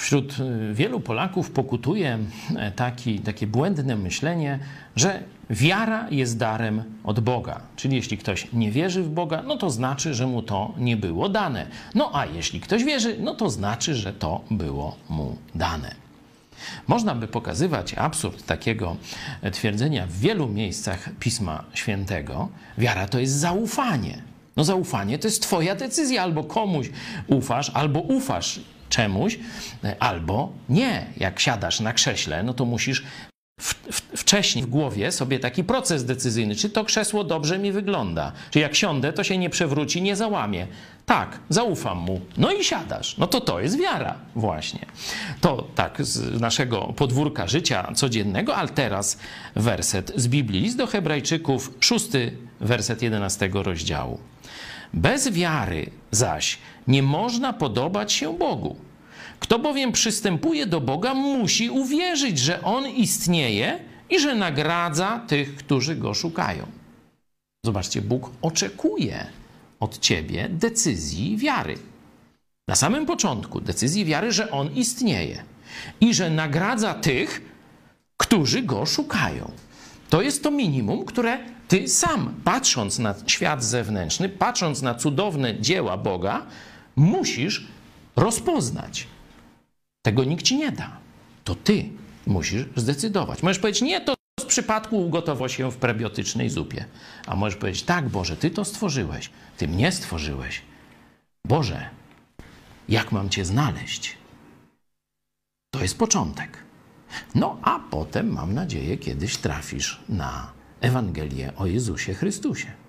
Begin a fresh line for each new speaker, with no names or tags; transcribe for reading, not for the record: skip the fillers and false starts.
Wśród wielu Polaków pokutuje takie błędne myślenie, że wiara jest darem od Boga. Czyli jeśli ktoś nie wierzy w Boga, no to znaczy, że mu to nie było dane. No a jeśli ktoś wierzy, no to znaczy, że to było mu dane. Można by pokazywać absurd takiego twierdzenia w wielu miejscach Pisma Świętego. Wiara to jest zaufanie. No zaufanie to jest twoja decyzja. Albo komuś ufasz, albo ufasz czemuś, albo nie. Jak siadasz na krześle, no to musisz wcześniej w głowie sobie taki proces decyzyjny. Czy to krzesło dobrze mi wygląda? Czy jak siądę, to się nie przewróci, nie załamie? Tak, zaufam mu. No i siadasz. No to jest wiara właśnie. To tak z naszego podwórka życia codziennego, ale teraz werset z Biblii. List do Hebrajczyków, 6 werset 11 rozdziału. Bez wiary zaś nie można podobać się Bogu. Kto bowiem przystępuje do Boga, musi uwierzyć, że On istnieje i że nagradza tych, którzy Go szukają. Zobaczcie, Bóg oczekuje od ciebie decyzji wiary. Na samym początku decyzji wiary, że On istnieje i że nagradza tych, którzy Go szukają. To jest to minimum, które ty sam, patrząc na świat zewnętrzny, patrząc na cudowne dzieła Boga, musisz rozpoznać. Tego nikt ci nie da. To ty musisz zdecydować. Możesz powiedzieć, nie, to z przypadku ugotował się w prebiotycznej zupie. A możesz powiedzieć, tak, Boże, Ty to stworzyłeś. Ty mnie stworzyłeś. Boże, jak mam Cię znaleźć? To jest początek. No, a potem, mam nadzieję, kiedyś trafisz na Ewangelię o Jezusie Chrystusie.